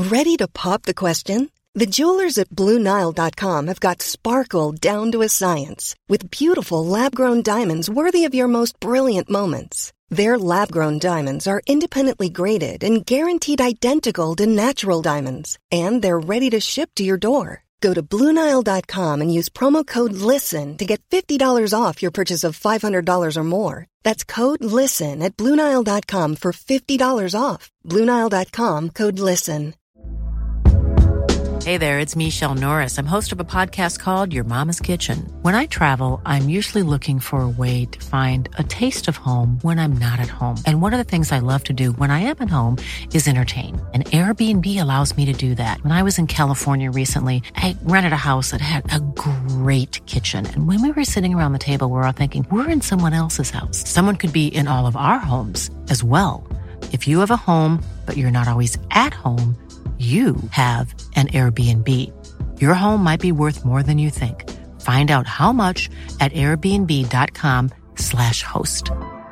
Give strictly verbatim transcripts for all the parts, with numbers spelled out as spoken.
Ready to pop the question? The jewelers at Blue Nile dot com have got sparkle down to a science with beautiful lab-grown diamonds worthy of your most brilliant moments. Their lab-grown diamonds are independently graded and guaranteed identical to natural diamonds, and they're ready to ship to your door. Go to Blue Nile dot com and use promo code LISTEN to get fifty dollars off your purchase of five hundred dollars or more. That's code LISTEN at Blue Nile dot com for fifty dollars off. Blue Nile dot com, code LISTEN. Hey there, it's Michelle Norris. I'm host of a podcast called Your Mama's Kitchen. When I travel, I'm usually looking for a way to find a taste of home when I'm not at home. And one of the things I love to do when I am at home is entertain. And Airbnb allows me to do that. When I was in California recently, I rented a house that had a great kitchen. And when we were sitting around the table, we were all thinking, we're in someone else's house. Someone could be in all of our homes as well. If you have a home, but you're not always at home, you have an Airbnb. Your home might be worth more than you think. Find out how much at airbnb.com slash host.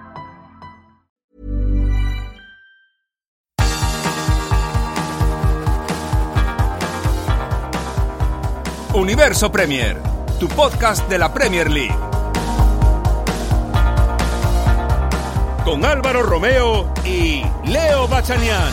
Universo Premier, tu podcast de la Premier League. Con Álvaro Romeo y Leo Bachanian.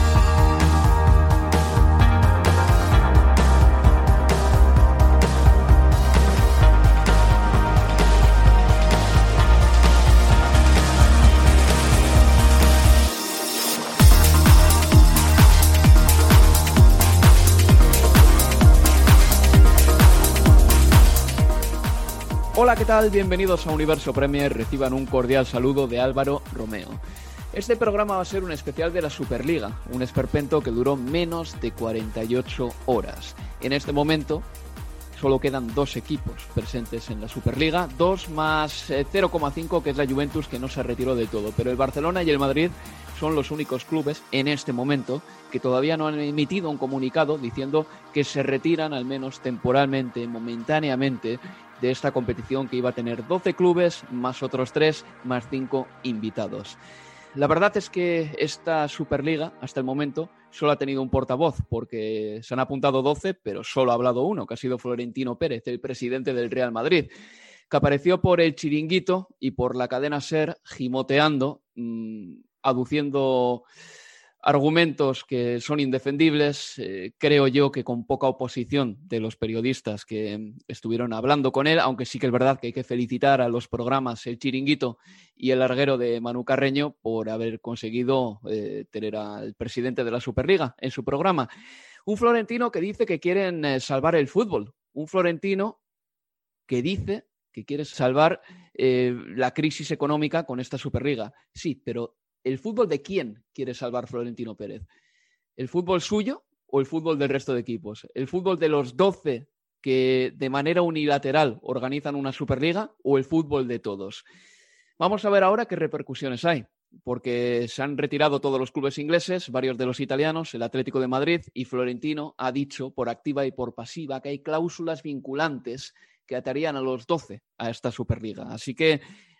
Hola, ¿qué tal? Bienvenidos a Universo Premier. Reciban un cordial saludo de Álvaro Romeo. Este programa va a ser un especial de la Superliga, un esperpento que duró menos de cuarenta y ocho horas. En este momento solo quedan dos equipos presentes en la Superliga, dos más cero coma cinco, que es la Juventus, que no se retiró del todo, pero el Barcelona y el Madrid son los únicos clubes en este momento que todavía no han emitido un comunicado diciendo que se retiran, al menos temporalmente, momentáneamente, de esta competición que iba a tener doce clubes, más otros tres, más cinco invitados. La verdad es que esta Superliga, hasta el momento, solo ha tenido un portavoz, porque se han apuntado doce, pero solo ha hablado uno, que ha sido Florentino Pérez, el presidente del Real Madrid, que apareció por el Chiringuito y por la cadena SER gimoteando, mmm, aduciendo argumentos que son indefendibles, eh, creo yo que con poca oposición de los periodistas que estuvieron hablando con él, aunque sí que es verdad que hay que felicitar a los programas El Chiringuito y El Larguero de Manu Carreño por haber conseguido eh, tener al presidente de la Superliga en su programa. Un Florentino que dice que quieren eh, salvar el fútbol, un Florentino que dice que quiere salvar eh, la crisis económica con esta Superliga. Sí, pero ¿el fútbol de quién quiere salvar Florentino Pérez? ¿El fútbol suyo o el fútbol del resto de equipos? ¿El fútbol de los doce que de manera unilateral organizan una Superliga o el fútbol de todos? Vamos a ver ahora qué repercusiones hay, porque se han retirado todos los clubes ingleses, varios de los italianos, el Atlético de Madrid, y Florentino ha dicho por activa y por pasiva que hay cláusulas vinculantes que atarían a los doce a esta Superliga. Así que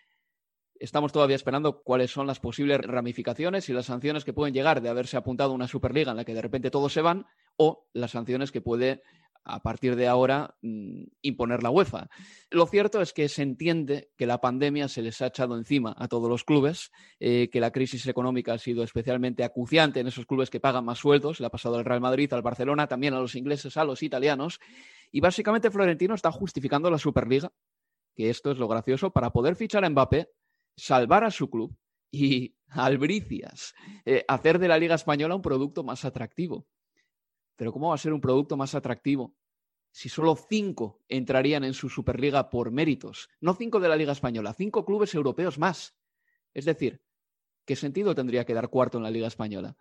estamos todavía esperando cuáles son las posibles ramificaciones y las sanciones que pueden llegar de haberse apuntado a una Superliga en la que de repente todos se van, o las sanciones que puede a partir de ahora mmm, imponer la UEFA. Lo cierto es que se entiende que la pandemia se les ha echado encima a todos los clubes, eh, que la crisis económica ha sido especialmente acuciante en esos clubes que pagan más sueldos, le ha pasado al Real Madrid, al Barcelona, también a los ingleses, a los italianos, y básicamente Florentino está justificando la Superliga, que esto es lo gracioso, para poder fichar a Mbappé, salvar a su club y, albricias, eh, hacer de la Liga Española un producto más atractivo. Pero ¿cómo va a ser un producto más atractivo si solo cinco entrarían en su Superliga por méritos? No cinco de la Liga Española, cinco clubes europeos más. Es decir, ¿qué sentido tendría quedar cuarto en la Liga Española?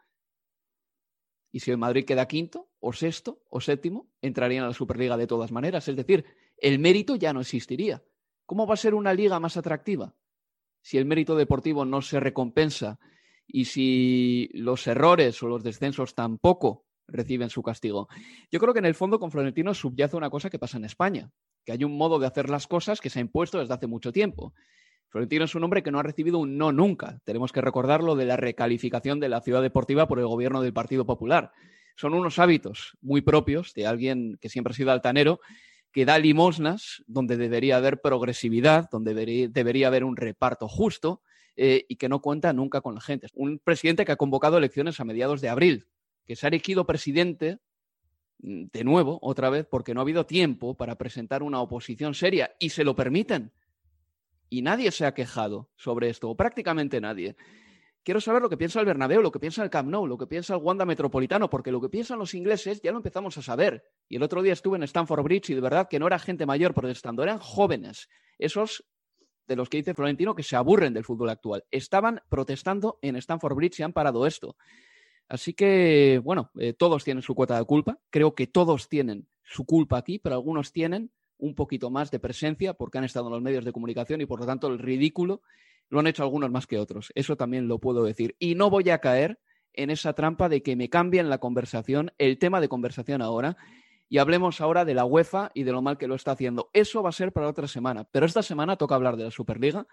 Y si el Madrid queda quinto, o sexto, o séptimo, entrarían a la Superliga de todas maneras. Es decir, el mérito ya no existiría. ¿Cómo va a ser una liga más atractiva si el mérito deportivo no se recompensa y si los errores o los descensos tampoco reciben su castigo? Yo creo que en el fondo con Florentino subyace una cosa que pasa en España, que hay un modo de hacer las cosas que se ha impuesto desde hace mucho tiempo. Florentino es un hombre que no ha recibido un no nunca. Tenemos que recordarlo de la recalificación de la Ciudad Deportiva por el gobierno del Partido Popular. Son unos hábitos muy propios de alguien que siempre ha sido altanero, que da limosnas donde debería haber progresividad, donde debería, debería haber un reparto justo eh, y que no cuenta nunca con la gente. Un presidente que ha convocado elecciones a mediados de abril, que se ha elegido presidente de nuevo, otra vez, porque no ha habido tiempo para presentar una oposición seria y se lo permiten. Y nadie se ha quejado sobre esto, o prácticamente nadie. Quiero saber lo que piensa el Bernabéu, lo que piensa el Camp Nou, lo que piensa el Wanda Metropolitano, porque lo que piensan los ingleses ya lo empezamos a saber. Y el otro día estuve en Stamford Bridge y de verdad que no era gente mayor protestando, eran jóvenes. Esos de los que dice Florentino que se aburren del fútbol actual. Estaban protestando en Stamford Bridge y han parado esto. Así que, bueno, eh, todos tienen su cuota de culpa. Creo que todos tienen su culpa aquí, pero algunos tienen un poquito más de presencia porque han estado en los medios de comunicación y por lo tanto el ridículo lo han hecho algunos más que otros. Eso también lo puedo decir. Y no voy a caer en esa trampa de que me cambien la conversación, el tema de conversación ahora, y hablemos ahora de la UEFA y de lo mal que lo está haciendo. Eso va a ser para otra semana. Pero esta semana toca hablar de la Superliga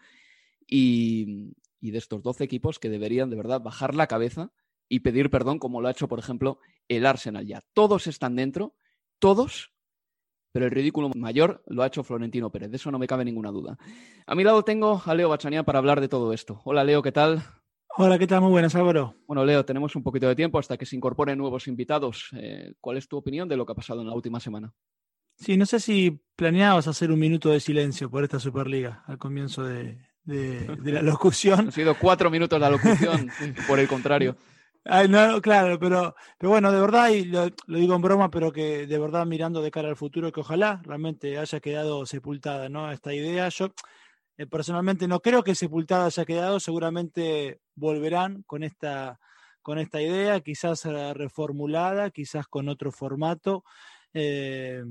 y, y de estos doce equipos que deberían de verdad bajar la cabeza y pedir perdón, como lo ha hecho, por ejemplo, el Arsenal ya. Todos están dentro, todos, pero el ridículo mayor lo ha hecho Florentino Pérez. De eso no me cabe ninguna duda. A mi lado tengo a Leo Bachanian para hablar de todo esto. Hola, Leo, ¿qué tal? Hola, ¿qué tal? Muy buenas, Álvaro. Bueno, Leo, tenemos un poquito de tiempo hasta que se incorporen nuevos invitados. Eh, ¿Cuál es tu opinión de lo que ha pasado en la última semana? Sí, no sé si planeabas hacer un minuto de silencio por esta Superliga al comienzo de, de, de la locución. Han sido cuatro minutos la locución, por el contrario. Ay, no, claro, pero, pero bueno, de verdad, y lo, lo digo en broma, pero que de verdad mirando de cara al futuro, que ojalá realmente haya quedado sepultada, ¿no? Esta idea. Yo eh, personalmente no creo que sepultada haya quedado, seguramente volverán con esta, con esta idea, quizás reformulada, quizás con otro formato, eh,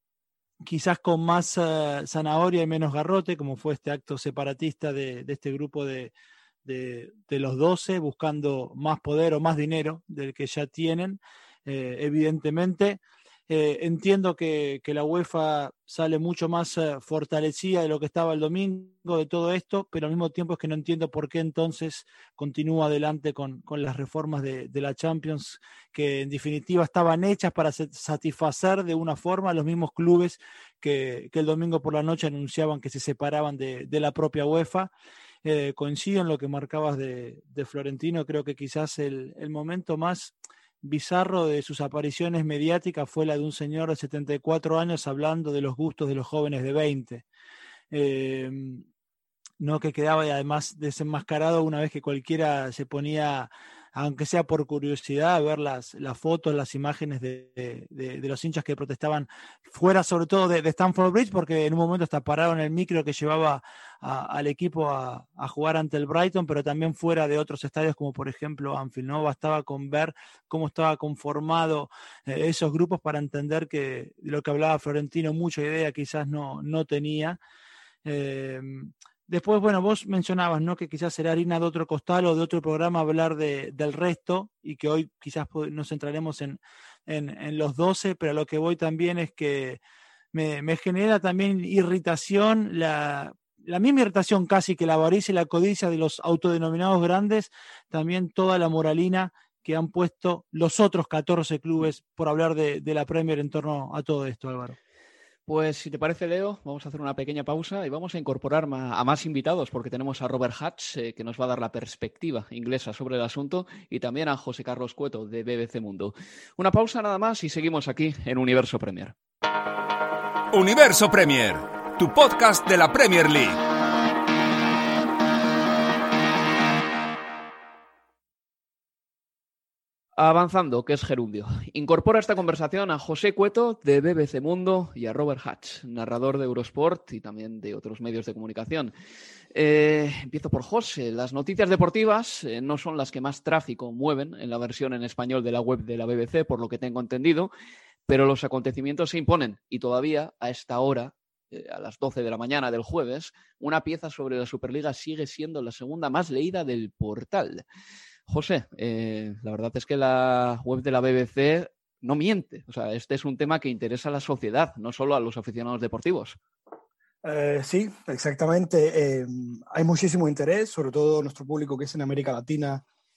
quizás con más uh, zanahoria y menos garrote, como fue este acto separatista de, de este grupo de De, de los doce, buscando más poder o más dinero del que ya tienen, eh, evidentemente. Eh, entiendo que, que la UEFA sale mucho más uh, fortalecida de lo que estaba el domingo de todo esto, pero al mismo tiempo es que no entiendo por qué entonces continúa adelante con, con las reformas de, de la Champions, que en definitiva estaban hechas para satisfacer de una forma a los mismos clubes que, que el domingo por la noche anunciaban que se separaban de, de la propia UEFA. Eh, coincido en lo que marcabas de, de Florentino. Creo que quizás el, el momento más bizarro de sus apariciones mediáticas fue la de un señor de setenta y cuatro años hablando de los gustos de los jóvenes de veinte. Eh, no que quedaba además desenmascarado una vez que cualquiera se ponía, aunque sea por curiosidad, a ver las, las fotos, las imágenes de, de, de los hinchas que protestaban fuera, sobre todo de, de Stamford Bridge, porque en un momento hasta pararon el micro que llevaba a, al equipo a, a jugar ante el Brighton, pero también fuera de otros estadios como por ejemplo Anfield, ¿no? Bastaba con ver cómo estaba conformado eh, esos grupos para entender que de lo que hablaba Florentino mucha idea quizás no, no tenía. Eh, Después, bueno, vos mencionabas, ¿no?, que quizás será harina de otro costal o de otro programa hablar de, del resto y que hoy quizás nos centraremos en, en, en los doce, pero a lo que voy también es que me, me genera también irritación, la, la misma irritación casi que la avaricia y la codicia de los autodenominados grandes, también toda la moralina que han puesto los otros catorce clubes por hablar de, de la Premier en torno a todo esto, Álvaro. Pues si te parece, Leo, vamos a hacer una pequeña pausa y vamos a incorporar a más invitados porque tenemos a Robert Hatch, eh, que nos va a dar la perspectiva inglesa sobre el asunto, y también a José Carlos Cueto de B B C Mundo. Una pausa nada más y seguimos aquí en Universo Premier. Universo Premier, tu podcast de la Premier League. Avanzando, que es gerundio. Incorpora a esta conversación a José Cueto de B B C Mundo y a Robert Hatch, narrador de Eurosport y también de otros medios de comunicación. Eh, empiezo por José. Las noticias deportivas eh, no son las que más tráfico mueven en la versión en español de la web de la B B C, por lo que tengo entendido, pero los acontecimientos se imponen y todavía a esta hora, eh, a las doce de la mañana del jueves, una pieza sobre la Superliga sigue siendo la segunda más leída del portal. José, eh, la verdad es que la web de la B B C no miente. O sea, este es un tema que interesa a la sociedad, no solo a los aficionados deportivos. Eh, sí, exactamente. Eh, hay muchísimo interés, sobre todo nuestro público que es en América Latina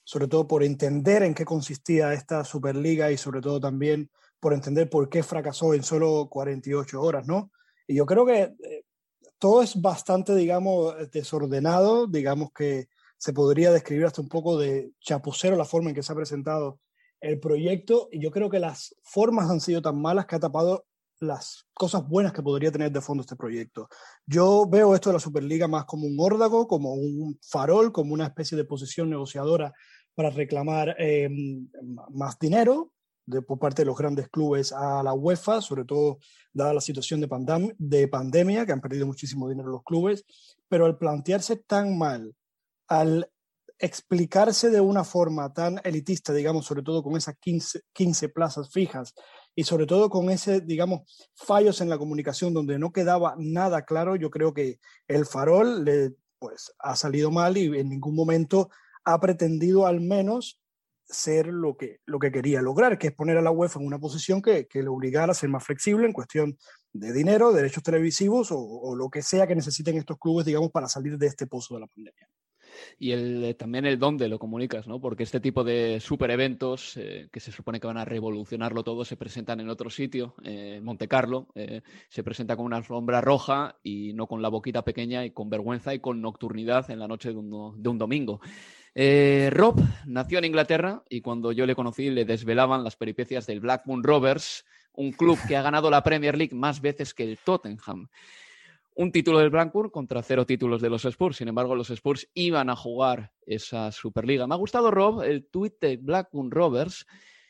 sobre todo por entender en qué consistía esta Superliga y sobre todo también por entender por qué fracasó en solo cuarenta y ocho horas, ¿no? Y yo creo que eh, todo es bastante, digamos, desordenado, digamos que se podría describir hasta un poco de chapucero la forma en que se ha presentado el proyecto, y yo creo que las formas han sido tan malas que ha tapado las cosas buenas que podría tener de fondo este proyecto. Yo veo esto de la Superliga más como un órdago, como un farol, como una especie de posición negociadora para reclamar eh, más dinero de, por parte de los grandes clubes a la UEFA, sobre todo dada la situación de, pandem- de pandemia, que han perdido muchísimo dinero los clubes, pero al plantearse tan mal, al explicarse de una forma tan elitista, digamos, sobre todo con esas quince, quince plazas fijas y sobre todo con ese, digamos, fallos en la comunicación donde no quedaba nada claro, yo creo que el farol le, pues, ha salido mal y en ningún momento ha pretendido al menos ser lo que, lo que quería lograr, que es poner a la UEFA en una posición que, que le obligara a ser más flexible en cuestión de dinero, derechos televisivos o, o lo que sea que necesiten estos clubes, digamos, para salir de este pozo de la pandemia. Y el, también el dónde lo comunicas, ¿no? Porque este tipo de super eventos eh, que se supone que van a revolucionarlo todo se presentan en otro sitio, eh, en Monte Carlo, eh, se presenta con una alfombra roja y no con la boquita pequeña y con vergüenza y con nocturnidad en la noche de un, de un domingo. Eh, Rob nació en Inglaterra y cuando yo le conocí le desvelaban las peripecias del Blackburn Rovers, un club que ha ganado la Premier League más veces que el Tottenham. Un título del Blackburn contra cero títulos de los Spurs. Sin embargo, los Spurs iban a jugar esa Superliga. Me ha gustado, Rob, el tuit de Blackburn Rovers.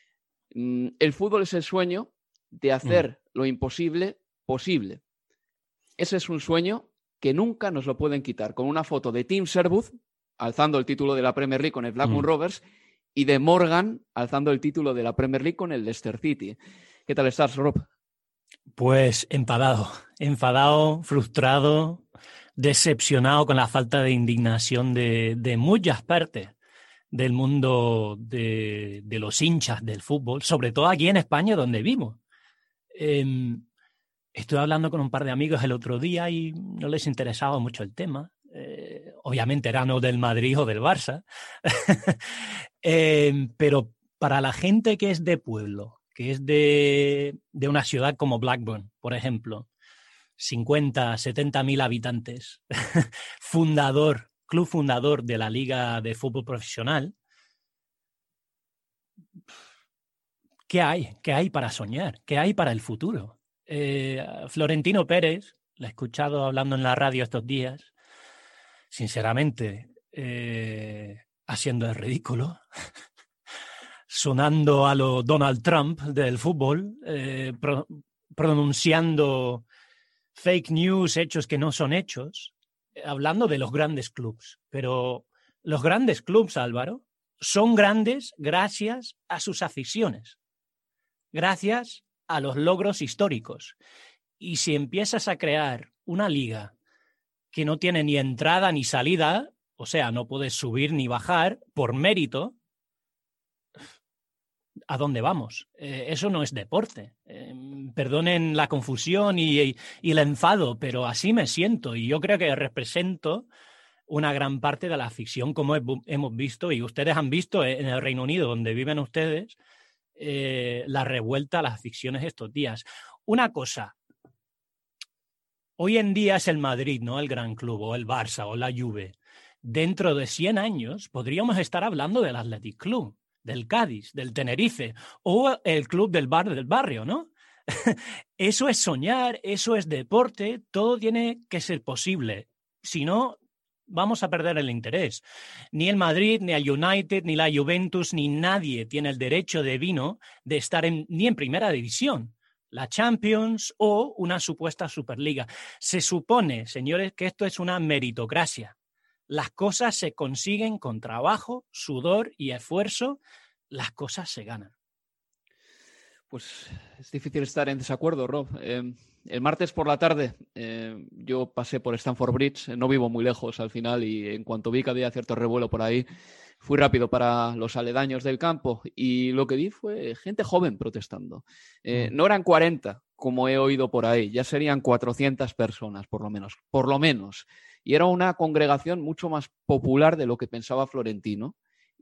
Mm, el fútbol es el sueño de hacer mm. lo imposible posible. Ese es un sueño que nunca nos lo pueden quitar. Con una foto de Tim Sherwood alzando el título de la Premier League con el Blackburn mm. Rovers y de Morgan alzando el título de la Premier League con el Leicester City. ¿Qué tal estás, Rob? Pues enfadado, enfadado, frustrado, decepcionado con la falta de indignación de, de muchas partes del mundo de, de los hinchas del fútbol, sobre todo aquí en España donde vivo. Eh, estuve hablando con un par de amigos el otro día y no les interesaba mucho el tema. Eh, obviamente eran o del Madrid o del Barça. eh, pero para la gente que es de pueblo, que es de, de una ciudad como Blackburn, por ejemplo, cincuenta, setenta mil habitantes, fundador, club fundador de la Liga de Fútbol Profesional, ¿qué hay? ¿Qué hay para soñar? ¿Qué hay para el futuro? Eh, Florentino Pérez, lo he escuchado hablando en la radio estos días, sinceramente, eh, haciendo el ridículo, sonando a lo Donald Trump del fútbol, eh, pro, pronunciando fake news, hechos que no son hechos, hablando de los grandes clubes. Pero los grandes clubes, Álvaro, son grandes gracias a sus aficiones, gracias a los logros históricos. Y si empiezas a crear una liga que no tiene ni entrada ni salida, o sea, no puedes subir ni bajar por mérito, ¿a dónde vamos? Eh, eso no es deporte. Eh, perdonen la confusión y, y, y el enfado, pero así me siento y yo creo que represento una gran parte de la afición, como he, hemos visto y ustedes han visto en el Reino Unido, donde viven ustedes, eh, la revuelta a las aficiones estos días. Una cosa, hoy en día es el Madrid, ¿no? El gran club, o el Barça, o la Juve. Dentro de cien años podríamos estar hablando del Athletic Club, del Cádiz, del Tenerife, o el club del bar del barrio, ¿no? Eso es soñar, eso es deporte, todo tiene que ser posible. Si no, vamos a perder el interés. Ni el Madrid, ni el United, ni la Juventus, ni nadie tiene el derecho de vino de estar en, ni en primera división, la Champions o una supuesta Superliga. Se supone, señores, que esto es una meritocracia. Las cosas se consiguen con trabajo, sudor y esfuerzo. Las cosas se ganan. Pues es difícil estar en desacuerdo, Rob. Eh, el martes por la tarde eh, yo pasé por Stamford Bridge, no vivo muy lejos al final, y en cuanto vi que había cierto revuelo por ahí, fui rápido para los aledaños del campo y lo que vi fue gente joven protestando. Eh, no eran cuarenta, como he oído por ahí, ya serían cuatrocientas personas, por lo menos, por lo menos. Y era una congregación mucho más popular de lo que pensaba Florentino.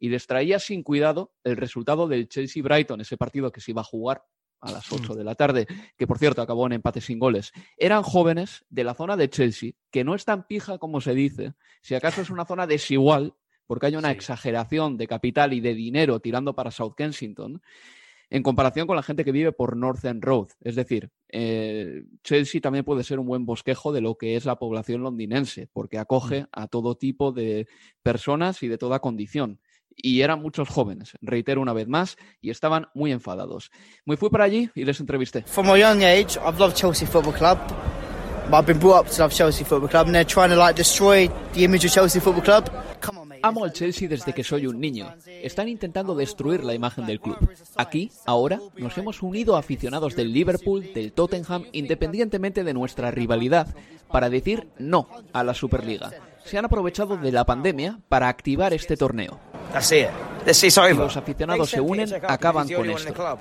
y les traía sin cuidado el resultado del Chelsea-Brighton, ese partido que se iba a jugar a las ocho de la tarde, que por cierto acabó en empate sin goles. Eran jóvenes de la zona de Chelsea, que no es tan pija como se dice, si acaso es una zona desigual, porque hay una sí. exageración de capital y de dinero tirando para South Kensington, en comparación con la gente que vive por Northern Road. Es decir, eh, Chelsea también puede ser un buen bosquejo de lo que es la población londinense, porque acoge a todo tipo de personas y de toda condición. Y eran muchos jóvenes, reitero una vez más, y estaban muy enfadados. Me fui para allí y les entrevisté. From a young age, I've loved Chelsea Football Club. I've been brought up to love Chelsea Football Club, and they're trying to like destroy the image of Chelsea Football Club. Come on, mate. Amo al Chelsea desde que soy un niño. Están intentando destruir la imagen del club. Aquí, ahora, nos hemos unido a aficionados del Liverpool, del Tottenham, independientemente de nuestra rivalidad, para decir no a la Superliga. Se han aprovechado de la pandemia para activar este torneo. Si los aficionados se unen, acaban con esto.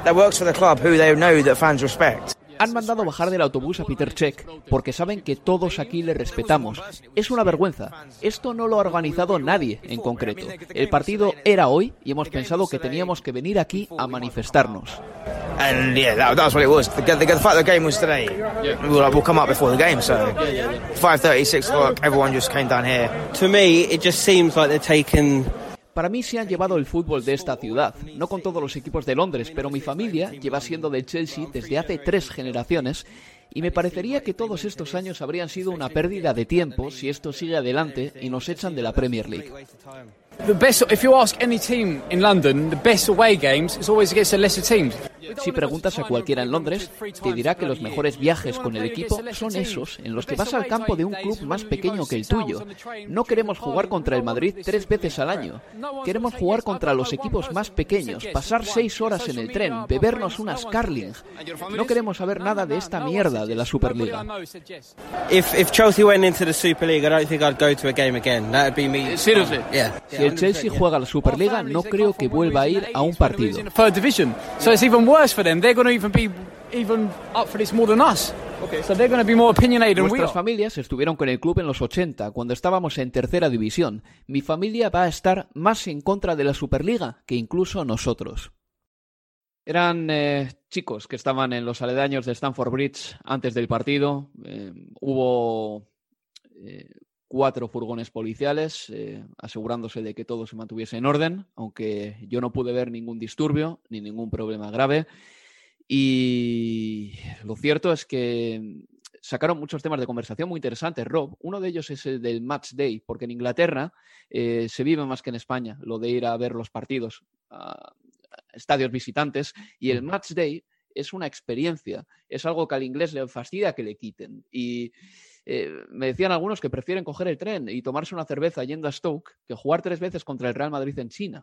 Han mandado bajar del autobús a Peter Cech porque saben que todos aquí le respetamos. Es una vergüenza. Esto no lo ha organizado nadie en concreto. El partido era hoy y hemos pensado que teníamos que venir aquí a manifestarnos. And yeah, that, that's what it was. The, the, the fact the game was today, yeah. we'll, like, we'll come up before the game, so yeah, yeah, yeah. five thirty, six o'clock, everyone just came down here. To me, it just seems like they're taking... Para mí se han llevado el fútbol de esta ciudad, no con todos los equipos de Londres, pero mi familia lleva siendo del Chelsea desde hace tres generaciones y me parecería que todos estos años habrían sido una pérdida de tiempo si esto sigue adelante y nos echan de la Premier League. The best, if you ask any team in London, the best away games is always against the lesser teams. Si preguntas a cualquiera en Londres, te dirá que los mejores viajes con el equipo son esos en los que vas al campo de un club más pequeño que el tuyo. No queremos jugar contra el Madrid tres veces al año. Queremos jugar contra los equipos más pequeños, pasar seis horas en el tren, bebernos unas Carling. No queremos saber nada de esta mierda de la Superliga. If, if Chelsea went into the Super League, I don't think I'd go to a game again. That'd be me. Seriously. Yeah. Si el Chelsea juega la Superliga, no creo que vuelva a ir a un partido. So it's even worse for them. They're going to even be even up for this more than us. Okay. So they're going to be more opinionated than we are. Nuestras familias estuvieron con el club en los ochenta, cuando estábamos en tercera división. Mi familia va a estar más en contra de la Superliga que incluso nosotros. Eran eh, chicos que estaban en los aledaños de Stamford Bridge antes del partido. Eh, hubo eh, cuatro furgones policiales eh, asegurándose de que todo se mantuviese en orden, aunque yo no pude ver ningún disturbio ni ningún problema grave. Y lo cierto es que sacaron muchos temas de conversación muy interesantes, Rob. Uno de ellos es el del match day, porque en Inglaterra eh, se vive más que en España, lo de ir a ver los partidos a estadios visitantes, y el match day es una experiencia, es algo que al inglés le fastidia que le quiten. Y eh, me decían algunos que prefieren coger el tren y tomarse una cerveza yendo a Stoke que jugar tres veces contra el Real Madrid en China.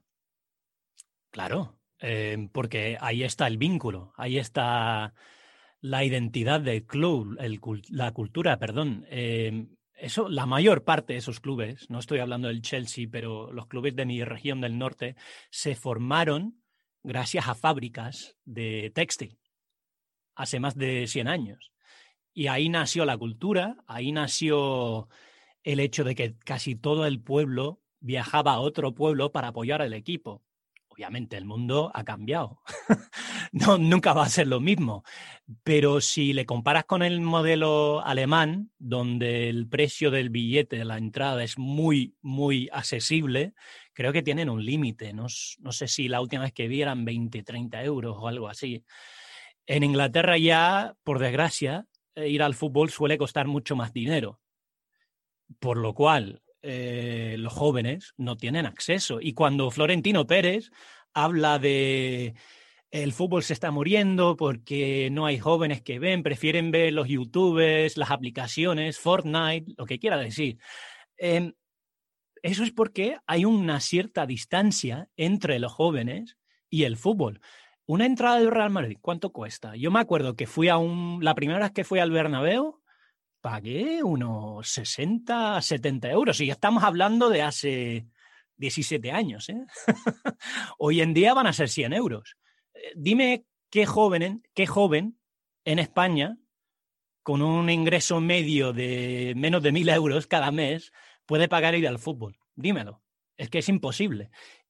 Claro, eh, porque ahí está el vínculo, ahí está la identidad del club, el, la cultura, perdón. Eh, eso, la mayor parte de esos clubes, no estoy hablando del Chelsea, pero los clubes de mi región del norte, se formaron gracias a fábricas de textil hace más de cien años. Y ahí nació la cultura, ahí nació el hecho de que casi todo el pueblo viajaba a otro pueblo para apoyar al equipo. Obviamente el mundo ha cambiado, no, nunca va a ser lo mismo, pero si le comparas con el modelo alemán, donde el precio del billete de la entrada es muy, muy accesible, creo que tienen un límite, no, no sé si la última vez que vi eran veinte, treinta euros o algo así. En Inglaterra ya, por desgracia, ir al fútbol suele costar mucho más dinero, por lo cual eh, los jóvenes no tienen acceso. Y cuando Florentino Pérez habla de el fútbol se está muriendo porque no hay jóvenes que ven, prefieren ver los youtubers, las aplicaciones, Fortnite, lo que quiera decir. Eh, eso es porque hay una cierta distancia entre los jóvenes y el fútbol. Una entrada del Real Madrid, ¿cuánto cuesta? Yo me acuerdo que fui a un... La primera vez que fui al Bernabéu, pagué unos sesenta, setenta euros. Y ya estamos hablando de hace diecisiete años, ¿eh? Hoy en día van a ser cien euros. Dime qué joven, qué joven en España, con un ingreso medio de menos de mil euros cada mes, puede pagar ir al fútbol. Dímelo. Es que es imposible.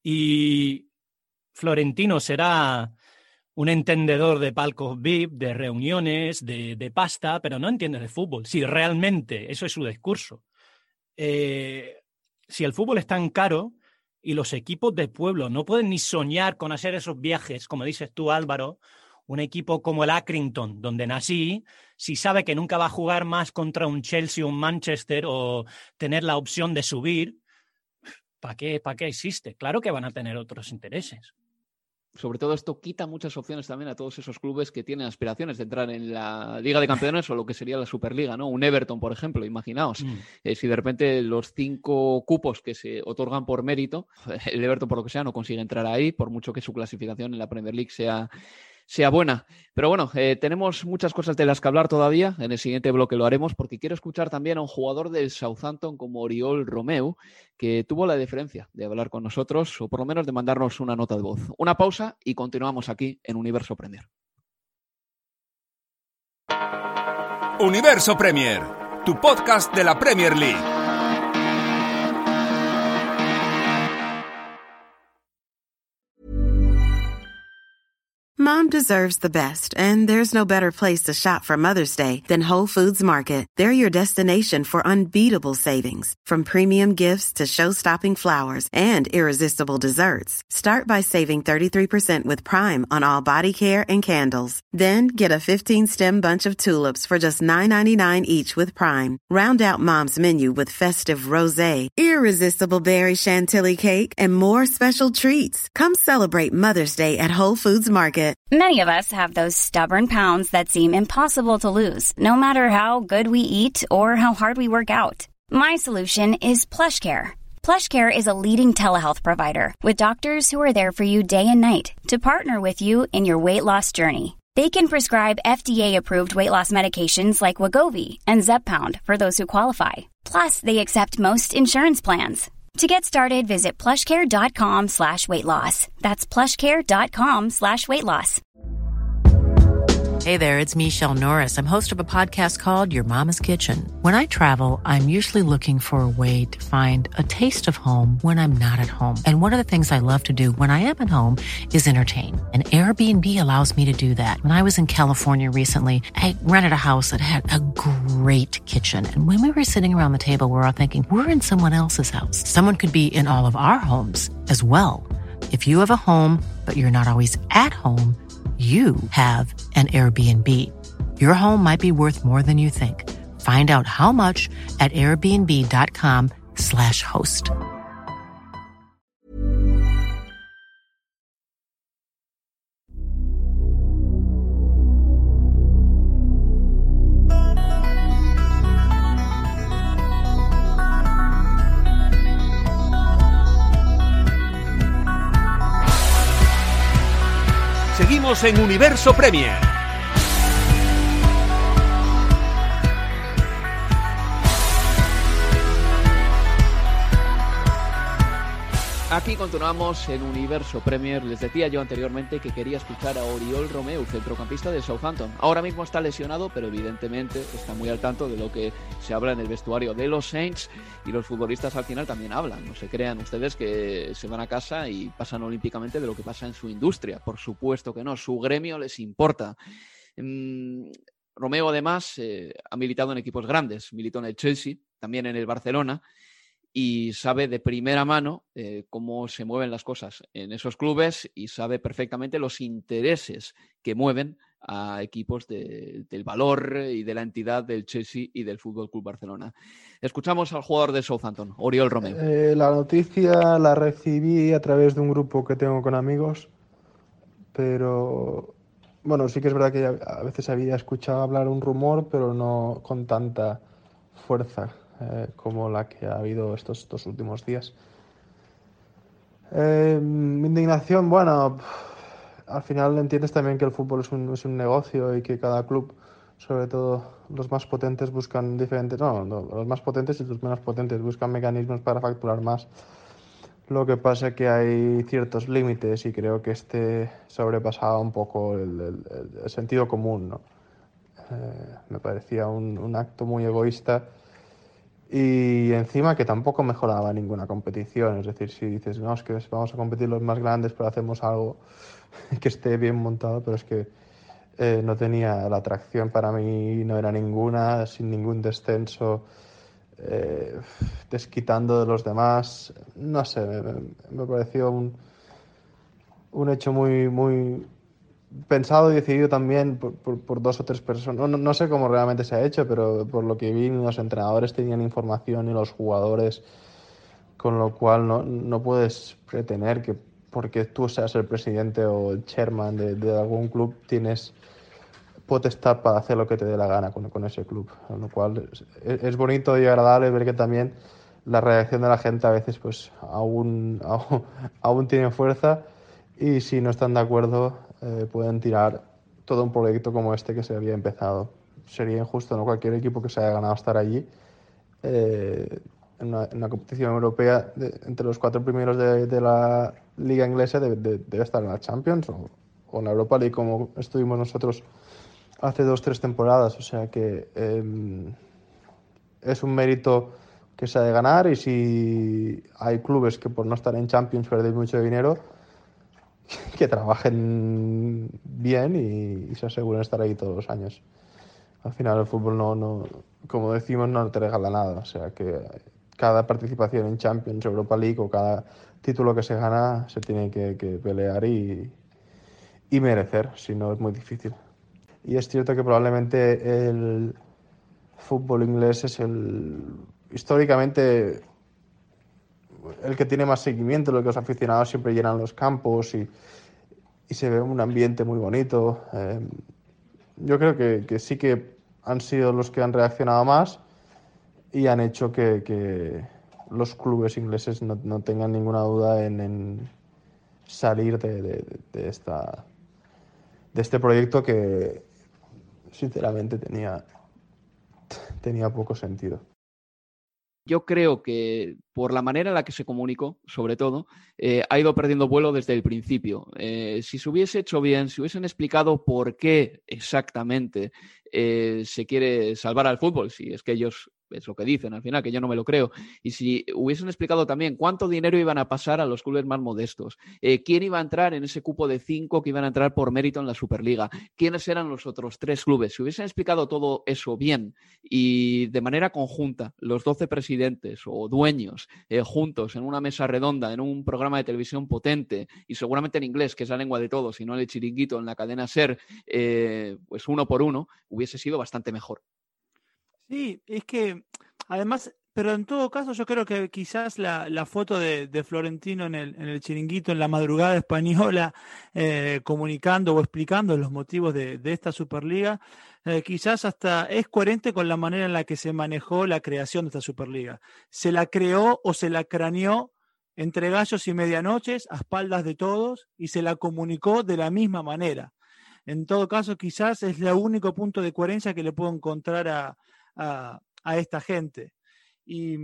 Y Florentino será un entendedor de palcos V I P, de reuniones, de, de pasta, pero no entiende de fútbol. Si realmente eso es su discurso. Eh, si el fútbol es tan caro y los equipos de pueblo no pueden ni soñar con hacer esos viajes, como dices tú, Álvaro, un equipo como el Accrington, donde nací, si sabe que nunca va a jugar más contra un Chelsea o un Manchester o tener la opción de subir, ¿para qué, para qué existe? Claro que van a tener otros intereses. Sobre todo esto quita muchas opciones también a todos esos clubes que tienen aspiraciones de entrar en la Liga de Campeones o lo que sería la Superliga, ¿no? Un Everton, por ejemplo, imaginaos. Mm. Eh, si de repente los cinco cupos que se otorgan por mérito, el Everton, por lo que sea, no consigue entrar ahí, por mucho que su clasificación en la Premier League sea... sea buena. Pero bueno, eh, tenemos muchas cosas de las que hablar todavía. En el siguiente bloque lo haremos porque quiero escuchar también a un jugador del Southampton como Oriol Romeu, que tuvo la deferencia de hablar con nosotros o por lo menos de mandarnos una nota de voz. Una pausa y continuamos aquí en Universo Premier. Universo Premier, tu podcast de la Premier League. Mom deserves the best, and there's no better place to shop for Mother's Day than Whole Foods Market. They're your destination for unbeatable savings, from premium gifts to show-stopping flowers and irresistible desserts. Start by saving thirty-three percent with Prime on all body care and candles. Then get a fifteen-stem bunch of tulips for just nine ninety-nine each with Prime. Round out Mom's menu with festive rosé, irresistible berry chantilly cake, and more special treats. Come celebrate Mother's Day at Whole Foods Market. Many of us have those stubborn pounds that seem impossible to lose, no matter how good we eat or how hard we work out. My solution is PlushCare. PlushCare is a leading telehealth provider with doctors who are there for you day and night to partner with you in your weight loss journey. They can prescribe F D A-approved weight loss medications like Wegovy and Zepbound for those who qualify. Plus, they accept most insurance plans. To get started, visit plushcare.com slash weight loss. That's plushcare.com slash weight loss. Hey there, it's Michelle Norris. I'm host of a podcast called Your Mama's Kitchen. When I travel, I'm usually looking for a way to find a taste of home when I'm not at home. And one of the things I love to do when I am at home is entertain. And Airbnb allows me to do that. When I was in California recently, I rented a house that had a great kitchen. And when we were sitting around the table, we were all thinking, we're in someone else's house. Someone could be in all of our homes as well. If you have a home, but you're not always at home, you have an Airbnb. Your home might be worth more than you think. Find out how much at airbnb.com slash host. Seguimos en Universo Premier. Aquí continuamos en Universo Premier. Les decía yo anteriormente que quería escuchar a Oriol Romeu, centrocampista del Southampton. Ahora mismo está lesionado, pero evidentemente está muy al tanto de lo que se habla en el vestuario de los Saints, y los futbolistas al final también hablan. No se crean ustedes que se van a casa y pasan olímpicamente de lo que pasa en su industria. Por supuesto que no, su gremio les importa. Mm, Romeu además eh, ha militado en equipos grandes, militó en el Chelsea, también en el Barcelona, y sabe de primera mano eh, cómo se mueven las cosas en esos clubes y sabe perfectamente los intereses que mueven a equipos de, del valor y de la entidad del Chelsea y del Fútbol Club Barcelona. Escuchamos al jugador del Southampton, Oriol Romeu. Eh, la noticia la recibí a través de un grupo que tengo con amigos, pero bueno, sí que es verdad que a veces había escuchado hablar un rumor, pero no con tanta fuerza Eh, como la que ha habido estos, estos últimos días. Eh, mi indignación, bueno, al final entiendes también que el fútbol es un, es un negocio y que cada club, sobre todo los más potentes, buscan diferentes, no, no, los más potentes y los menos potentes buscan mecanismos para facturar más. Lo que pasa es que hay ciertos límites y creo que este sobrepasaba un poco el, el, el sentido común, ¿no? Eh, me parecía un, un acto muy egoísta Y encima que tampoco mejoraba ninguna competición. Es decir, si dices, no, es que vamos a competir los más grandes, pero hacemos algo que esté bien montado, pero es que eh, no tenía la atracción para mí, no era ninguna, sin ningún descenso, eh, desquitando de los demás. No sé, me, me pareció un, un hecho muy, muy pensado y decidido también por, por, por dos o tres personas. No, no sé cómo realmente se ha hecho, pero por lo que vi, los entrenadores tenían información y los jugadores, con lo cual no, no puedes pretender que porque tú seas el presidente o el chairman de, de algún club tienes potestad para hacer lo que te dé la gana con, con ese club. Con lo cual es, es bonito y agradable ver que también la reacción de la gente a veces pues aún, aún, aún tiene fuerza, y si no están de acuerdo eh, pueden tirar todo un proyecto como este que se había empezado. Sería injusto, ¿no? Cualquier equipo que se haya ganado estar allí eh, en, una, en una competición europea de, entre los cuatro primeros de, de la liga inglesa debe, de, debe estar en la Champions o, o en la Europa League, como estuvimos nosotros hace dos tres temporadas. O sea que eh, es un mérito que se ha de ganar, y si hay clubes que por no estar en Champions pierden mucho dinero, que trabajen bien y, y se aseguren estar ahí todos los años. Al final el fútbol no, no, como decimos, no te regala nada. O sea que cada participación en Champions, Europa League o cada título que se gana se tiene que, que pelear y, y merecer, si no es muy difícil. Y es cierto que probablemente el fútbol inglés es el históricamente el que tiene más seguimiento, lo que los aficionados siempre llenan los campos y, y se ve un ambiente muy bonito. Eh, yo creo que, que sí que han sido los que han reaccionado más y han hecho que, que los clubes ingleses no, no tengan ninguna duda en, en salir de, de, de, esta, de este proyecto que sinceramente tenía, tenía poco sentido. Yo creo que por la manera en la que se comunicó, sobre todo, eh, ha ido perdiendo vuelo desde el principio. Eh, si se hubiese hecho bien, si hubiesen explicado por qué exactamente eh, se quiere salvar al fútbol, si es que ellos es lo que dicen al final, que yo no me lo creo, y si hubiesen explicado también cuánto dinero iban a pasar a los clubes más modestos, eh, quién iba a entrar en ese cupo de cinco que iban a entrar por mérito en la Superliga, quiénes eran los otros tres clubes, si hubiesen explicado todo eso bien y de manera conjunta, los doce presidentes o dueños eh, juntos en una mesa redonda, en un programa de televisión potente y seguramente en inglés, que es la lengua de todos, y no el chiringuito en la cadena SER, eh, pues uno por uno, hubiese sido bastante mejor. Sí, es que además, pero en todo caso yo creo que quizás la, la foto de, de Florentino en el, en el chiringuito, en la madrugada española, eh, comunicando o explicando los motivos de, de esta Superliga, eh, quizás hasta es coherente con la manera en la que se manejó la creación de esta Superliga. Se la creó o se la craneó entre gallos y medianoches, a espaldas de todos, y se la comunicó de la misma manera. En todo caso, quizás es el único punto de coherencia que le puedo encontrar a A, a esta gente. Y,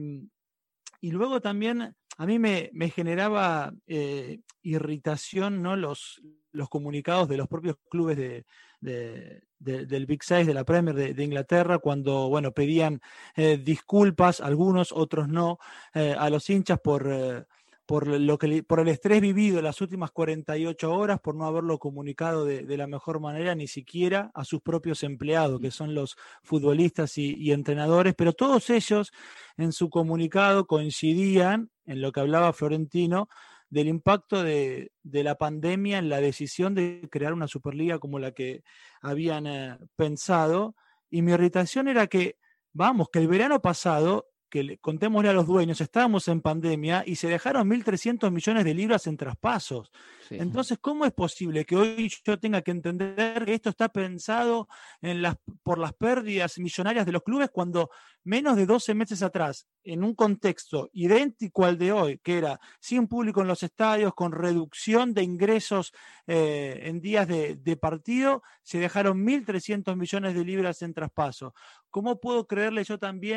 y luego también a mí me, me generaba eh, irritación, ¿no? los, los comunicados de los propios clubes de, de, de, del Big Six, de la Premier de, de Inglaterra, cuando bueno, pedían eh, disculpas, algunos, otros no, eh, a los hinchas por... Eh, Por, lo que, por el estrés vivido en las últimas cuarenta y ocho horas, por no haberlo comunicado de, de la mejor manera, ni siquiera a sus propios empleados, que son los futbolistas y, y entrenadores, pero todos ellos en su comunicado coincidían en lo que hablaba Florentino del impacto de, de la pandemia en la decisión de crear una Superliga como la que habían eh, pensado, y mi irritación era que, vamos, que el verano pasado, que le, contémosle a los dueños, estábamos en pandemia y se dejaron mil trescientos millones de libras en traspasos. Sí. Entonces, ¿cómo es posible que hoy yo tenga que entender que esto está pensado en las, por las pérdidas millonarias de los clubes, cuando menos de doce meses atrás, en un contexto idéntico al de hoy, que era sin público en los estadios, con reducción de ingresos eh, en días de, de partido, se dejaron mil trescientos millones de libras en traspaso? ¿Cómo puedo creerle yo también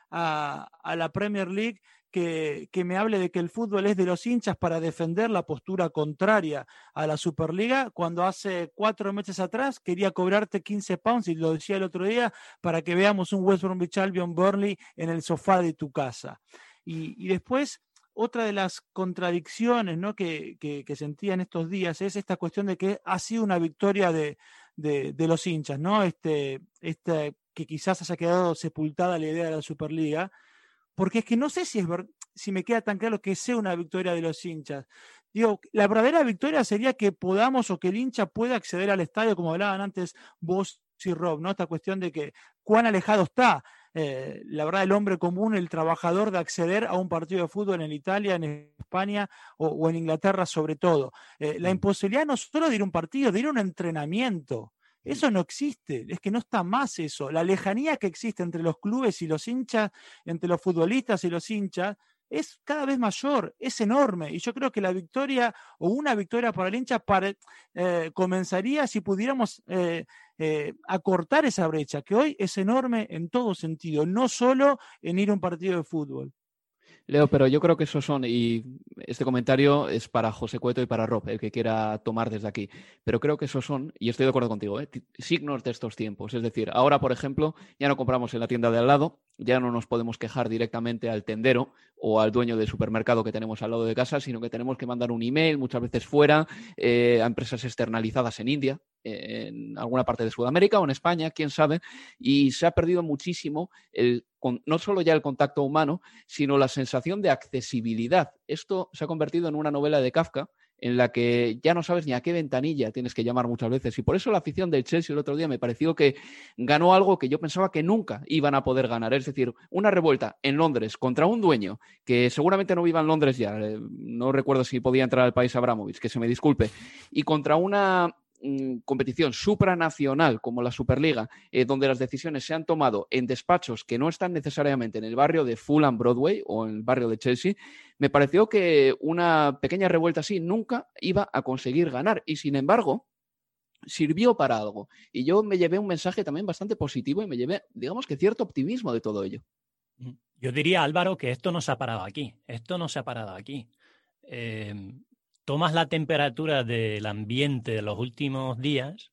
a, a la Premier League que, que me hable de que el fútbol es de los hinchas para defender la postura contraria a la Superliga, cuando hace cuatro meses atrás quería cobrarte quince pounds, y lo decía el otro día, para que veamos un West Bromwich Albion Burnley en el sofá de tu casa. Y, y después, otra de las contradicciones, ¿no?, que, que, que sentía en estos días es esta cuestión de que ha sido una victoria de, de, de los hinchas, ¿no? Este, este, que quizás haya quedado sepultada la idea de la Superliga, porque es que no sé si, es ver, si me queda tan claro que sea una victoria de los hinchas. Digo, la verdadera victoria sería que podamos, o que el hincha pueda acceder al estadio, como hablaban antes vos y Rob, ¿no? Esta cuestión de que cuán alejado está, eh, la verdad, el hombre común, el trabajador, de acceder a un partido de fútbol en Italia, en España o, o en Inglaterra sobre todo. Eh, la imposibilidad no solo de ir a un partido, de ir a un entrenamiento. Eso no existe, es que no está más eso. La lejanía que existe entre los clubes y los hinchas, entre los futbolistas y los hinchas, es cada vez mayor, es enorme. Y yo creo que la victoria, o una victoria para el hincha, para, eh, comenzaría si pudiéramos eh, eh, acortar esa brecha, que hoy es enorme en todo sentido, no solo en ir a un partido de fútbol. Leo, pero yo creo que esos son, y este comentario es para José Cueto y para Rob, el que quiera tomar desde aquí, pero creo que esos son, y estoy de acuerdo contigo, ¿eh? signos de estos tiempos. Es decir, ahora, por ejemplo, ya no compramos en la tienda de al lado, ya no nos podemos quejar directamente al tendero o al dueño del supermercado que tenemos al lado de casa, sino que tenemos que mandar un email, muchas veces fuera, eh, a empresas externalizadas en India, eh, en alguna parte de Sudamérica o en España, quién sabe, y se ha perdido muchísimo el, con, no solo ya el contacto humano, sino la sensación de accesibilidad. Esto se ha convertido en una novela de Kafka, en la que ya no sabes ni a qué ventanilla tienes que llamar muchas veces. Y por eso la afición del Chelsea el otro día me pareció que ganó algo que yo pensaba que nunca iban a poder ganar. Es decir, una revuelta en Londres contra un dueño que seguramente no viva en Londres ya. No recuerdo si podía entrar al país Abramovich, que se me disculpe. Y contra una competición supranacional como la Superliga, eh, donde las decisiones se han tomado en despachos que no están necesariamente en el barrio de Fulham Broadway o en el barrio de Chelsea, me pareció que una pequeña revuelta así nunca iba a conseguir ganar, y sin embargo sirvió para algo, y yo me llevé un mensaje también bastante positivo y me llevé, digamos que cierto optimismo de todo ello. Yo diría, Álvaro, que esto no se ha parado aquí, esto no se ha parado aquí. Eh... Tomas la temperatura del ambiente de los últimos días,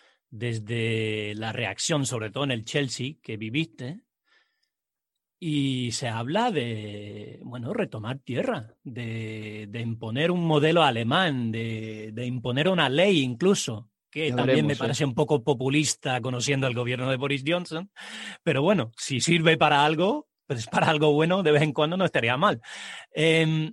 desde la reacción, sobre todo en el Chelsea, que viviste, y se habla de, bueno, retomar tierra, de, de imponer un modelo alemán, de, de imponer una ley incluso, que ya también veremos, me parece ¿eh? un poco populista conociendo al gobierno de Boris Johnson, pero bueno, si sirve para algo, pues para algo bueno de vez en cuando no estaría mal. Eh,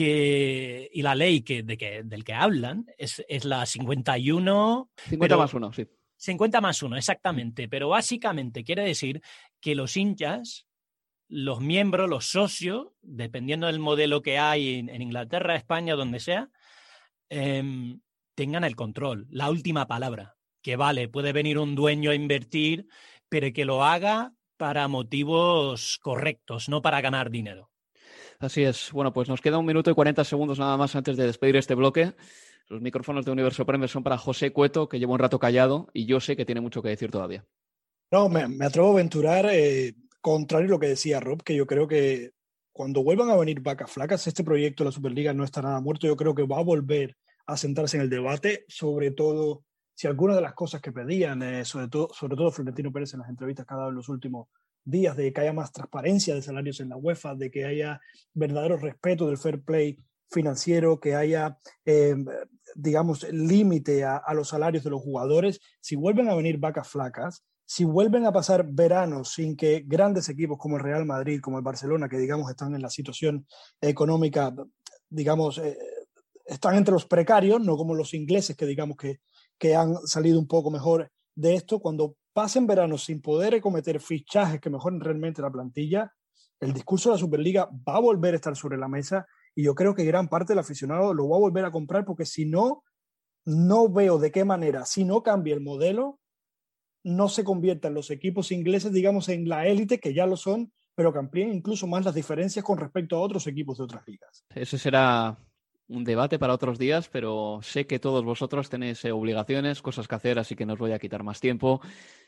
Que, y la ley que, de que, del que hablan es, es la cincuenta y uno... cincuenta más uno, sí. cincuenta más uno, exactamente. Pero básicamente quiere decir que los hinchas, los miembros, los socios, dependiendo del modelo que hay en, en Inglaterra, España, donde sea, eh, tengan el control, la última palabra. Que vale, puede venir un dueño a invertir, pero que lo haga para motivos correctos, no para ganar dinero. Así es. Bueno, pues nos queda un minuto y cuarenta segundos nada más antes de despedir este bloque. Los micrófonos de Universo Premier son para José Cueto, que lleva un rato callado y yo sé que tiene mucho que decir todavía. No, me, me atrevo a aventurar, eh, contrario a lo que decía Rob, que yo creo que cuando vuelvan a venir vacas flacas, este proyecto de la Superliga no está nada muerto. Yo creo que va a volver a sentarse en el debate, sobre todo si algunas de las cosas que pedían, eh, sobre todo, sobre todo Florentino Pérez en las entrevistas que ha dado en los últimos días, de que haya más transparencia de salarios en la UEFA, de que haya verdadero respeto del fair play financiero, que haya, eh, digamos, límite a, a los salarios de los jugadores. Si vuelven a venir vacas flacas, si vuelven a pasar veranos sin que grandes equipos como el Real Madrid, como el Barcelona, que digamos están en la situación económica, digamos, eh, están entre los precarios, no como los ingleses que digamos que, que han salido un poco mejor de esto, cuando pasen veranos sin poder cometer fichajes que mejoren realmente la plantilla, el discurso de la Superliga va a volver a estar sobre la mesa, y yo creo que gran parte del aficionado lo va a volver a comprar, porque si no, no veo de qué manera, si no cambia el modelo, no se conviertan los equipos ingleses, digamos, en la élite, que ya lo son, pero que amplíen incluso más las diferencias con respecto a otros equipos de otras ligas. Ese será un debate para otros días, pero sé que todos vosotros tenéis obligaciones, cosas que hacer, así que no os voy a quitar más tiempo.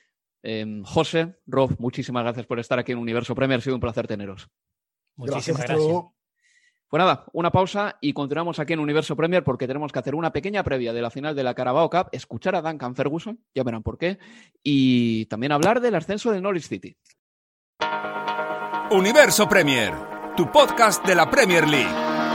Eh, José, Rob, muchísimas gracias por estar aquí en Universo Premier. Ha sido un placer teneros. Muchísimas gracias. gracias. Pues nada, una pausa y continuamos aquí en Universo Premier porque tenemos que hacer una pequeña previa de la final de la Carabao Cup, escuchar a Duncan Ferguson, ya verán por qué, y también hablar del ascenso del Norwich City. Universo Premier, tu podcast de la Premier League.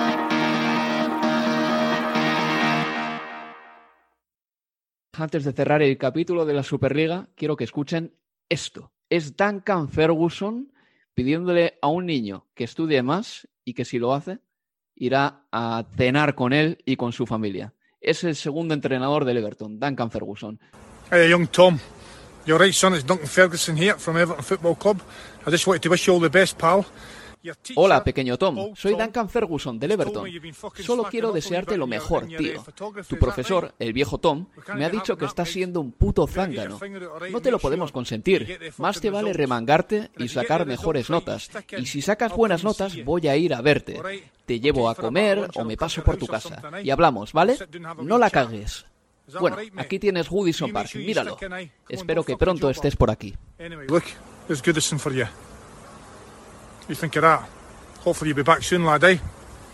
Antes de cerrar el capítulo de la Superliga, quiero que escuchen esto. Es Duncan Ferguson pidiéndole a un niño que estudie más y que si lo hace, irá a cenar con él y con su familia. Es el segundo entrenador del Everton, Duncan Ferguson. Hey, young Tom. You're right, son. It's Duncan Ferguson here from Everton Football Club. I just wanted to wish you all the best, pal. Hola, pequeño Tom. Soy Duncan Ferguson del Everton. Solo quiero desearte lo mejor, tío. Tu profesor, el viejo Tom, me ha dicho que estás siendo un puto zángano. No te lo podemos consentir. Más te vale remangarte y sacar mejores notas. Y si sacas buenas notas, voy a ir a verte. Te llevo a comer o me paso por tu casa. Y hablamos, ¿vale? No la cagues. Bueno, aquí tienes Goodison Park, míralo. Espero que pronto estés por aquí. You think of that? Hopefully you'll be back soon, lad, eh?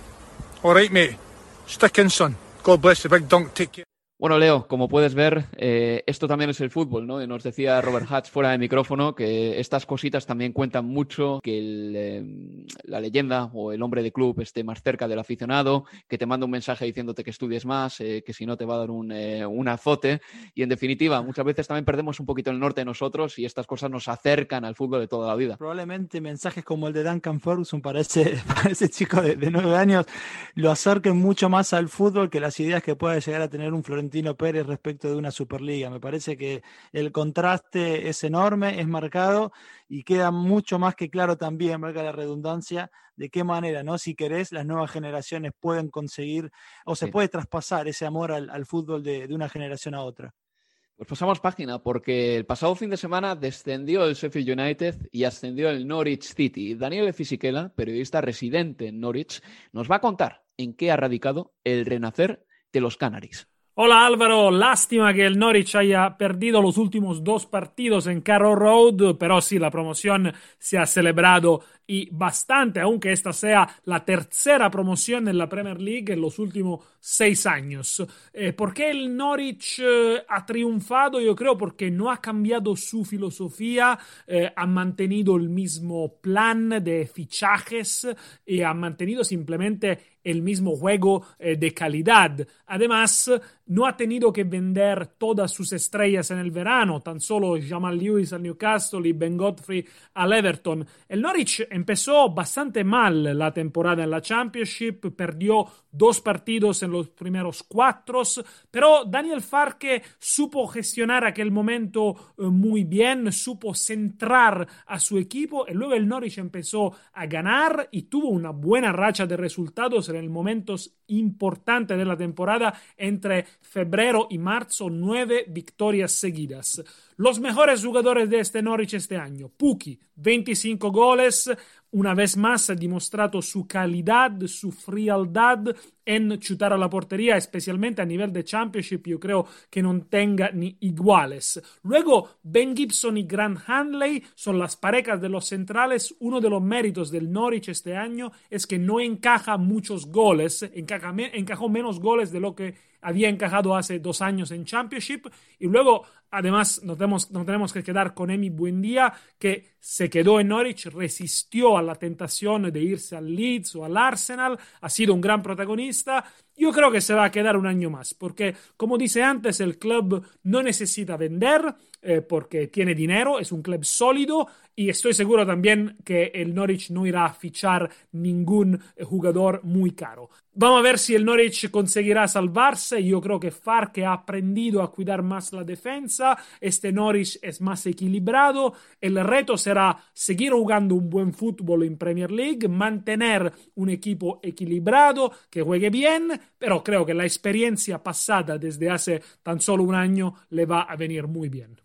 All right, mate. Stick in, son. God bless the big dunk. Take care. Bueno, Leo, como puedes ver, eh, esto también es el fútbol, ¿no? Y nos decía Robert Hatch fuera de micrófono que estas cositas también cuentan mucho, que el, eh, la leyenda o el hombre de club esté más cerca del aficionado, que te manda un mensaje diciéndote que estudies más, eh, que si no te va a dar un, eh, un azote. Y en definitiva, muchas veces también perdemos un poquito el norte de nosotros y estas cosas nos acercan al fútbol de toda la vida. Probablemente mensajes como el de Duncan Ferguson para ese, para ese chico de, de nueve años lo acerquen mucho más al fútbol que las ideas que pueda llegar a tener un Florentino Pérez respecto de una Superliga. Me parece que el contraste es enorme, es marcado y queda mucho más que claro también, valga la redundancia, de qué manera, ¿no? Si querés, las nuevas generaciones pueden conseguir o se sí. puede traspasar ese amor al, al fútbol de, de una generación a otra. Pues pasamos página porque el pasado fin de semana descendió el Sheffield United y ascendió el Norwich City. Daniele Fisichella, periodista residente en Norwich, nos va a contar en qué ha radicado el renacer de los Canaries. Hola Álvaro, lástima que el Norwich haya perdido los últimos dos partidos en Carrow Road, pero sí, la promoción se ha celebrado y bastante, aunque esta sea la tercera promoción en la Premier League en los últimos seis años. Eh, ¿Por qué el Norwich eh, ha triunfado? Yo creo porque no ha cambiado su filosofía, eh, ha mantenido el mismo plan de fichajes y ha mantenido simplemente el mismo juego eh, de calidad. Además, no ha tenido que vender todas sus estrellas en el verano, tan solo Jamal Lewis al Newcastle y Ben Godfrey al Everton. El Norwich empezó bastante mal la temporada en la Championship, perdió dos partidos en los primeros cuatro, pero Daniel Farke supo gestionar aquel momento eh, muy bien, supo centrar a su equipo y luego el Norwich empezó a ganar y tuvo una buena racha de resultados en el momentos importantes de la temporada. Entre febrero y marzo, nueve victorias seguidas. Los mejores jugadores de este Norwich este año: Pukki, veinticinco goles, una vez más ha dimostrato su calidad, su frialdad en chutar a la portería, especialmente a nivel de Championship, yo creo que no tenga ni iguales. Luego, Ben Gibson y Grant Hanley son las parejas de los centrales. Uno de los méritos del Norwich este año es que no encaja muchos goles, encaja me- encajó menos goles de lo que había encajado hace dos años en Championship. Y luego, además, nos tenemos, nos tenemos que quedar con Emi Buendía, que se quedó en Norwich, resistió a la tentación de irse al Leeds o al Arsenal, ha sido un gran protagonista. Yo creo que se va a quedar un año más, porque, como dice antes, el club no necesita vender, eh, porque tiene dinero, es un club sólido, y estoy seguro también que el Norwich no irá a fichar ningún jugador muy caro. Vamos a ver si el Norwich conseguirá salvarse. Yo creo que Farke ha aprendido a cuidar más la defensa. Este Norwich es más equilibrado. El reto será seguir jugando un buen fútbol en Premier League, mantener un equipo equilibrado, que juegue bien, pero creo que la experiencia pasada desde hace tan solo un año le va a venir muy bien.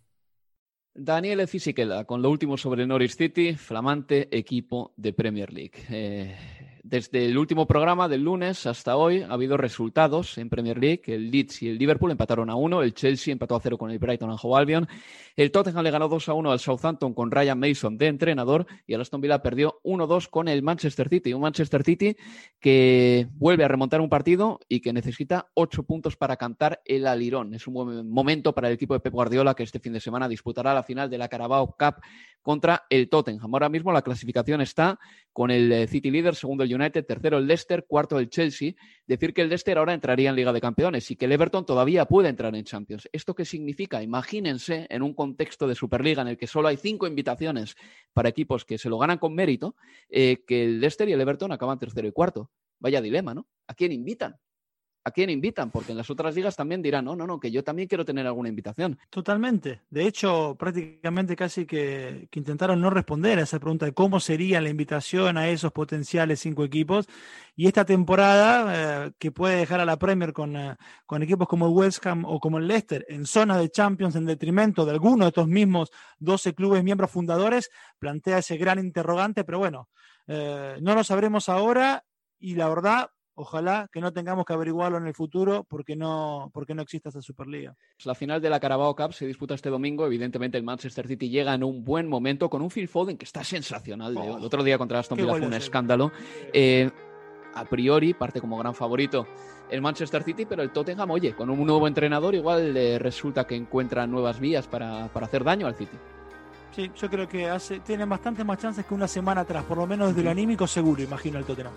Daniele Fisichella, con lo último sobre el Norwich City, flamante equipo de Premier League. Eh, Desde el último programa del lunes hasta hoy ha habido resultados en Premier League. El Leeds y el Liverpool empataron a uno, el Chelsea empató a cero con el Brighton and Hove Albion, el Tottenham le ganó dos a uno al Southampton con Ryan Mason de entrenador y el Aston Villa perdió uno dos con el Manchester City. Un Manchester City que vuelve a remontar un partido y que necesita ocho puntos para cantar el alirón. Es un buen momento para el equipo de Pep Guardiola, que este fin de semana disputará la final de la Carabao Cup contra el Tottenham. Ahora mismo la clasificación está con el City líder, segundo el United, tercero el Leicester, cuarto el Chelsea. Decir que el Leicester ahora entraría en Liga de Campeones y que el Everton todavía puede entrar en Champions. ¿Esto qué significa? Imagínense en un contexto de Superliga en el que solo hay cinco invitaciones para equipos que se lo ganan con mérito, eh, que el Leicester y el Everton acaban tercero y cuarto. Vaya dilema, ¿no? ¿A quién invitan? ¿A quién invitan? Porque en las otras ligas también dirán, no, no, no, que yo también quiero tener alguna invitación. Totalmente. De hecho, prácticamente casi que, que intentaron no responder a esa pregunta de cómo sería la invitación a esos potenciales cinco equipos. Y esta temporada, eh, que puede dejar a la Premier con, eh, con equipos como el West Ham o como el Leicester en zonas de Champions en detrimento de alguno de estos mismos doce clubes miembros fundadores, plantea ese gran interrogante, pero bueno, eh, no lo sabremos ahora y la verdad, ojalá que no tengamos que averiguarlo en el futuro porque no, porque no exista esa Superliga. La final de la Carabao Cup se disputa este domingo. Evidentemente el Manchester City llega en un buen momento con un Phil Foden que está sensacional. Oh, el otro día contra Aston Villa fue un escándalo. Eh, a priori parte como gran favorito el Manchester City, pero el Tottenham, oye, con un nuevo entrenador igual eh, resulta que encuentra nuevas vías para, para hacer daño al City. Sí, yo creo que hace, tienen bastantes más chances que una semana atrás, por lo menos desde lo anímico seguro, imagino el Tottenham.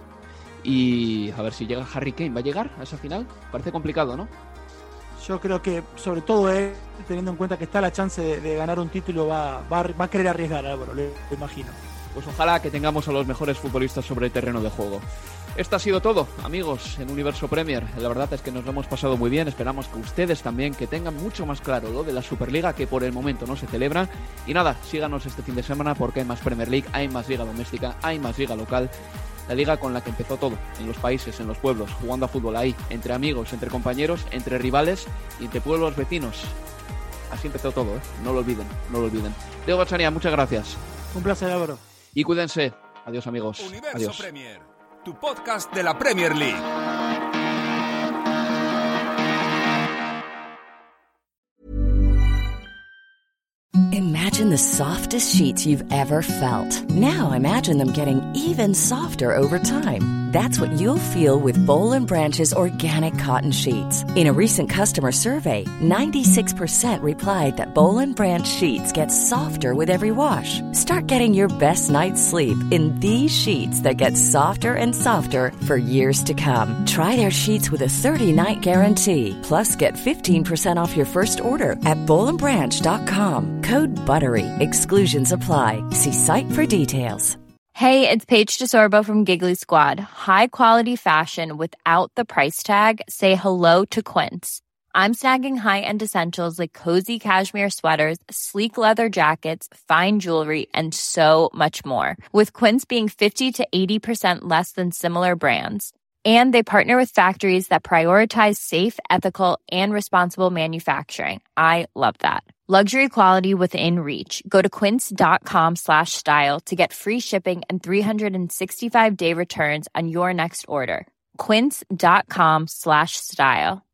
Y a ver si llega Harry Kane. ¿Va a llegar a esa final? Parece complicado, ¿no? Yo creo que, sobre todo él, teniendo en cuenta que está la chance de, de ganar un título, va, va, va a querer arriesgar, Álvaro, lo imagino. Pues ojalá que tengamos a los mejores futbolistas sobre el terreno de juego. Esto ha sido todo, amigos, en Universo Premier. La verdad es que nos lo hemos pasado muy bien. Esperamos que ustedes también, que tengan mucho más claro lo de la Superliga, que por el momento no se celebra. Y nada, síganos este fin de semana porque hay más Premier League, hay más liga doméstica, hay más liga local. La liga con la que empezó todo, en los países, en los pueblos, jugando a fútbol ahí, entre amigos, entre compañeros, entre rivales y entre pueblos vecinos. Así empezó todo, ¿eh? No lo olviden, no lo olviden. Diego Bachania, muchas gracias. Un placer, Álvaro. Y cuídense. Adiós, amigos. Universo Adiós. Premier, tu podcast de la Premier League. Imagine the softest sheets you've ever felt. Now imagine them getting even softer over time. That's what you'll feel with Boll and Branch's organic cotton sheets. In a recent customer survey, ninety-six percent replied that Boll and Branch sheets get softer with every wash. Start getting your best night's sleep in these sheets that get softer and softer for years to come. Try their sheets with a thirty-night guarantee. Plus, get fifteen percent off your first order at boll and branch dot com. Code BUTTERY. Exclusions apply. See site for details. Hey, it's Paige DeSorbo from Giggly Squad. High quality fashion without the price tag. Say hello to Quince. I'm snagging high-end essentials like cozy cashmere sweaters, sleek leather jackets, fine jewelry, and so much more. With Quince being fifty to eighty percent less than similar brands. And they partner with factories that prioritize safe, ethical, and responsible manufacturing. I love that. Luxury quality within reach. Go to quince.com slash style to get free shipping and three sixty-five day returns on your next order. Quince.com slash style.